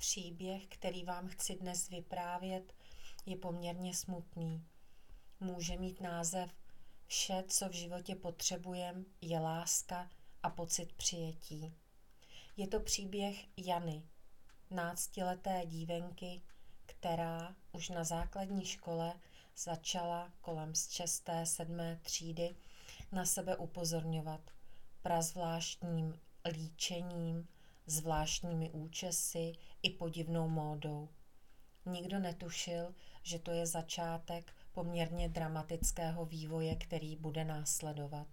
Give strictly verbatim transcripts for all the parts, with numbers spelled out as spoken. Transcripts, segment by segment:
Příběh, který vám chci dnes vyprávět, je poměrně smutný. Může mít název Vše, co v životě potřebujeme, je láska a pocit přijetí. Je to příběh Jany, náctileté dívenky, která už na základní škole začala kolem šesté, sedmé třídy na sebe upozorňovat prazvláštním líčením, zvláštními účesy i podivnou módou. Nikdo netušil, že to je začátek poměrně dramatického vývoje, který bude následovat.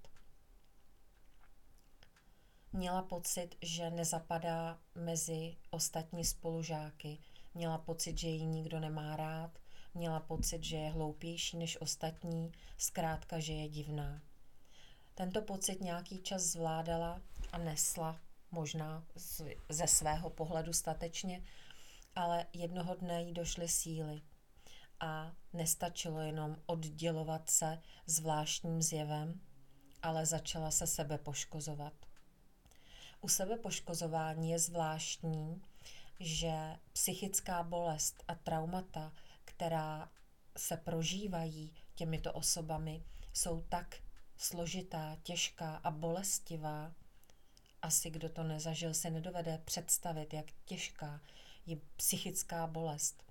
Měla pocit, že nezapadá mezi ostatní spolužáky. Měla pocit, že ji nikdo nemá rád. Měla pocit, že je hloupější než ostatní, zkrátka, že je divná. Tento pocit nějaký čas zvládala a nesla, možná ze svého pohledu statečně, ale jednoho dne jí došly síly a nestačilo jenom oddělovat se zvláštním zjevem, ale začala se sebe poškozovat. U sebepoškozování je zvláštní, že psychická bolest a traumata, která se prožívají těmito osobami, jsou tak složitá, těžká a bolestivá. Asi kdo to nezažil, si nedovede představit, jak těžká je psychická bolest.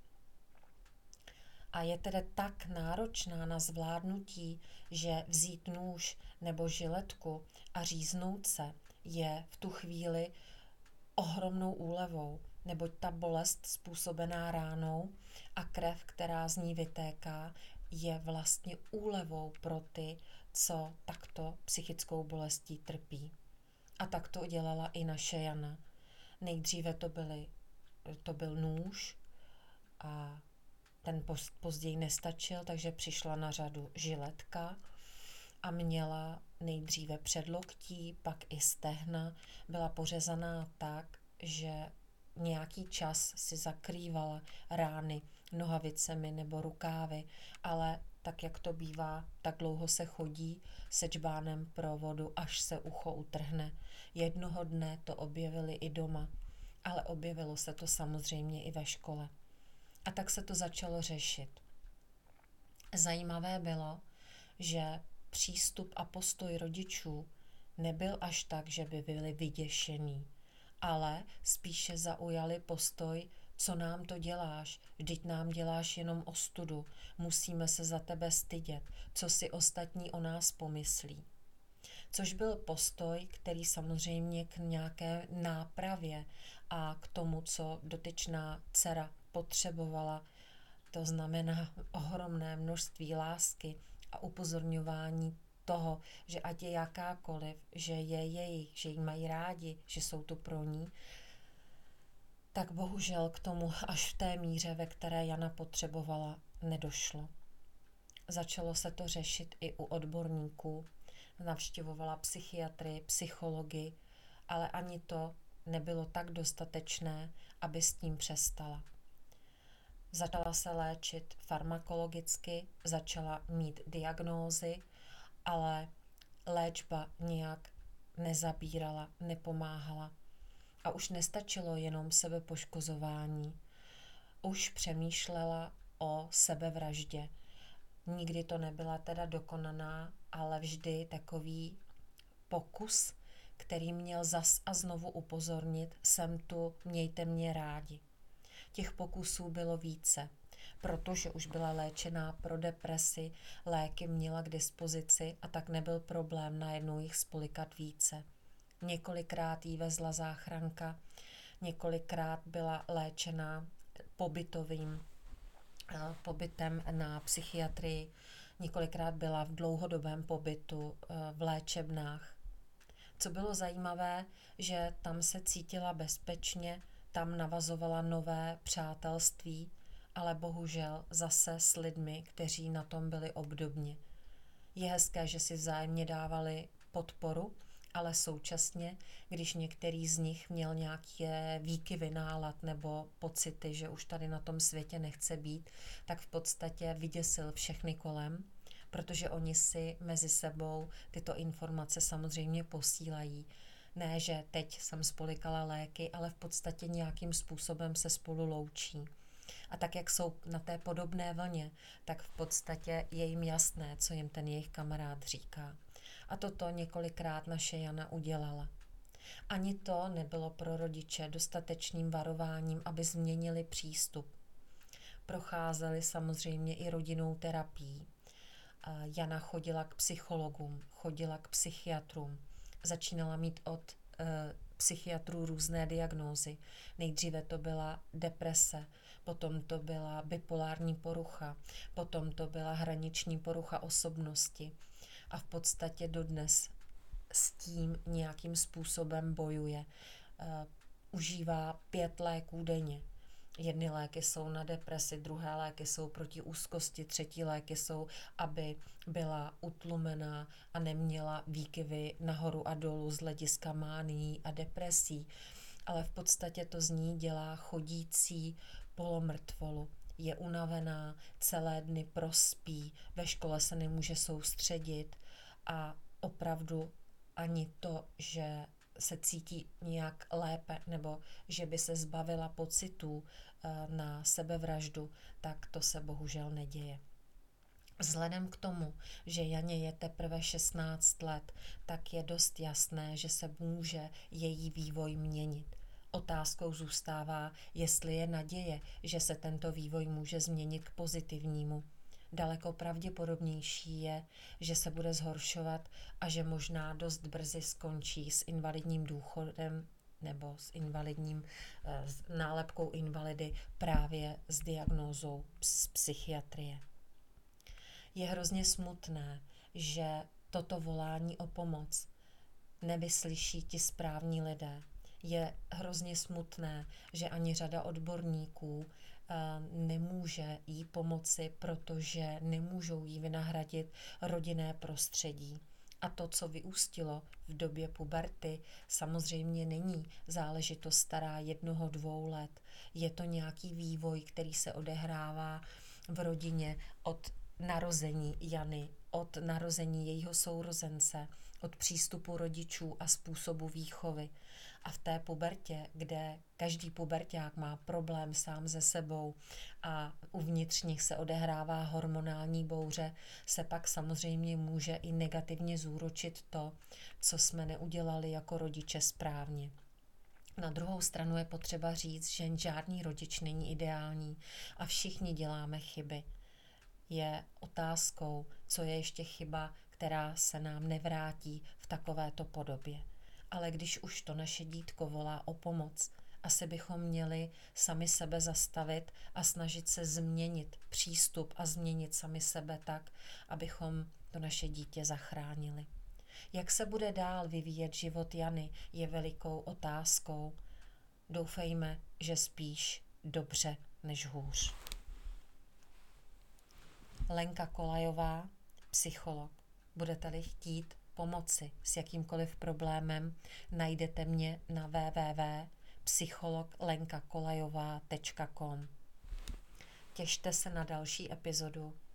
A je tedy tak náročná na zvládnutí, že vzít nůž nebo žiletku a říznout se je v tu chvíli ohromnou úlevou, neboť ta bolest způsobená ránou a krev, která z ní vytéká, je vlastně úlevou pro ty, co takto psychickou bolestí trpí. A tak to dělala i naše Jana. Nejdříve to, byly, to byl nůž a ten později nestačil, takže přišla na řadu žiletka a měla nejdříve předloktí, pak i stehna. Byla pořezaná tak, že nějaký čas si zakrývala rány nohavicemi nebo rukávy, ale tak, jak to bývá, tak dlouho se chodí se džbánem pro vodu, až se ucho utrhne. Jednoho dne to objevili i doma, ale objevilo se to samozřejmě i ve škole. A tak se to začalo řešit. Zajímavé bylo, že přístup a postoj rodičů nebyl až tak, že by byli vyděšení, ale spíše zaujali postoj, co nám to děláš, vždyť nám děláš jenom ostudu, musíme se za tebe stydět, co si ostatní o nás pomyslí. Což byl postoj, který samozřejmě k nějaké nápravě a k tomu, co dotyčná dcera potřebovala, to znamená ohromné množství lásky a upozorňování toho, že ať je jakákoliv, že je jejich, že ji mají rádi, že jsou tu pro ní, tak bohužel k tomu až v té míře, ve které Jana potřebovala, nedošlo. Začalo se to řešit i u odborníků, navštěvovala psychiatry, psychology, ale ani to nebylo tak dostatečné, aby s tím přestala. Začala se léčit farmakologicky, začala mít diagnózy, ale léčba nijak nezabírala, nepomáhala. A už nestačilo jenom sebepoškozování. Už přemýšlela o sebevraždě. Nikdy to nebyla teda dokonaná, ale vždy takový pokus, který měl zas a znovu upozornit, jsem tu, mějte mě rádi. Těch pokusů bylo více, protože už byla léčená pro depresi, léky měla k dispozici a tak nebyl problém najednou jich spolikat více. Několikrát jí vezla záchranka, několikrát byla léčená pobytovým pobytem na psychiatrii, několikrát byla v dlouhodobém pobytu v léčebnách. Co bylo zajímavé, že tam se cítila bezpečně, tam navazovala nové přátelství, ale bohužel zase s lidmi, kteří na tom byli obdobně. Je hezké, že si vzájemně dávali podporu, ale současně, když některý z nich měl nějaké výkyvy nálad nebo pocity, že už tady na tom světě nechce být, tak v podstatě vyděsil všechny kolem, protože oni si mezi sebou tyto informace samozřejmě posílají. Ne, že teď jsem spolikala léky, ale v podstatě nějakým způsobem se spolu loučí. A tak, jak jsou na té podobné vlně, tak v podstatě je jim jasné, co jim ten jejich kamarád říká. A toto několikrát naše Jana udělala. Ani to nebylo pro rodiče dostatečným varováním, aby změnili přístup. Procházeli samozřejmě i rodinnou terapií. Jana chodila k psychologům, chodila k psychiatrům. Začínala mít od e, psychiatrů různé diagnózy. Nejdříve to byla deprese, potom to byla bipolární porucha, potom to byla hraniční porucha osobnosti. A v podstatě dodnes s tím nějakým způsobem bojuje. E, užívá pět léků denně. Jedny léky jsou na depresi, druhé léky jsou proti úzkosti, třetí léky jsou, aby byla utlumená a neměla výkyvy nahoru a dolů z hlediska mánií a depresí. Ale v podstatě to z ní dělá chodící polomrtvolu. Je unavená, celé dny prospí, ve škole se nemůže soustředit a opravdu ani to, že se cítí nějak lépe nebo že by se zbavila pocitů na sebevraždu, tak to se bohužel neděje. Vzhledem k tomu, že Janě je teprve šestnáct let, tak je dost jasné, že se může její vývoj měnit. Otázkou zůstává, jestli je naděje, že se tento vývoj může změnit k pozitivnímu. Daleko pravděpodobnější je, že se bude zhoršovat a že možná dost brzy skončí s invalidním důchodem nebo s invalidním s nálepkou invalidy právě s diagnózou z psychiatrie. Je hrozně smutné, že toto volání o pomoc nevyslyší ti správní lidé. Je hrozně smutné, že ani řada odborníků nemůže jí pomoci, protože nemůžou jí vynahradit rodinné prostředí. A to, co vyústilo v době puberty, samozřejmě není záležitost stará jednoho, dvou let. Je to nějaký vývoj, který se odehrává v rodině od narození Jany, od narození jejího sourozence, od přístupu rodičů a způsobu výchovy. A v té pubertě, kde každý puberťák má problém sám se sebou a uvnitř nich se odehrává hormonální bouře, se pak samozřejmě může i negativně zúročit to, co jsme neudělali jako rodiče správně. Na druhou stranu je potřeba říct, že žádný rodič není ideální a všichni děláme chyby. Je otázkou, co je ještě chyba, která se nám nevrátí v takovéto podobě. Ale když už to naše dítko volá o pomoc, asi bychom měli sami sebe zastavit a snažit se změnit přístup a změnit sami sebe tak, abychom to naše dítě zachránili. Jak se bude dál vyvíjet život Jany, je velikou otázkou. Doufejme, že spíš dobře než hůř. Lenka Kolajová, psycholog. Budete-li chtít pomoci s jakýmkoliv problémem, najdete mě na w w w tečka psycholog lenka kolajová tečka com. Těšte se na další epizodu